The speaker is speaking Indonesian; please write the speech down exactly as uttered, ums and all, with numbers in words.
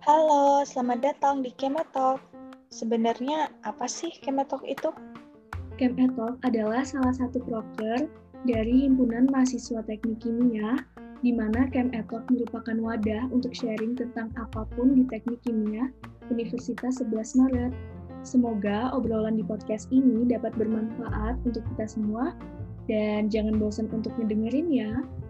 Halo, selamat datang di Kemetalk. Sebenarnya apa sih Kemetalk itu? Kemetalk adalah salah satu proker dari Himpunan Mahasiswa Teknik Kimia, di mana Kemetalk merupakan wadah untuk sharing tentang apapun di teknik kimia Universitas sebelas Maret. Semoga obrolan di podcast ini dapat bermanfaat untuk kita semua, dan jangan bosan untuk ngedengerin ya.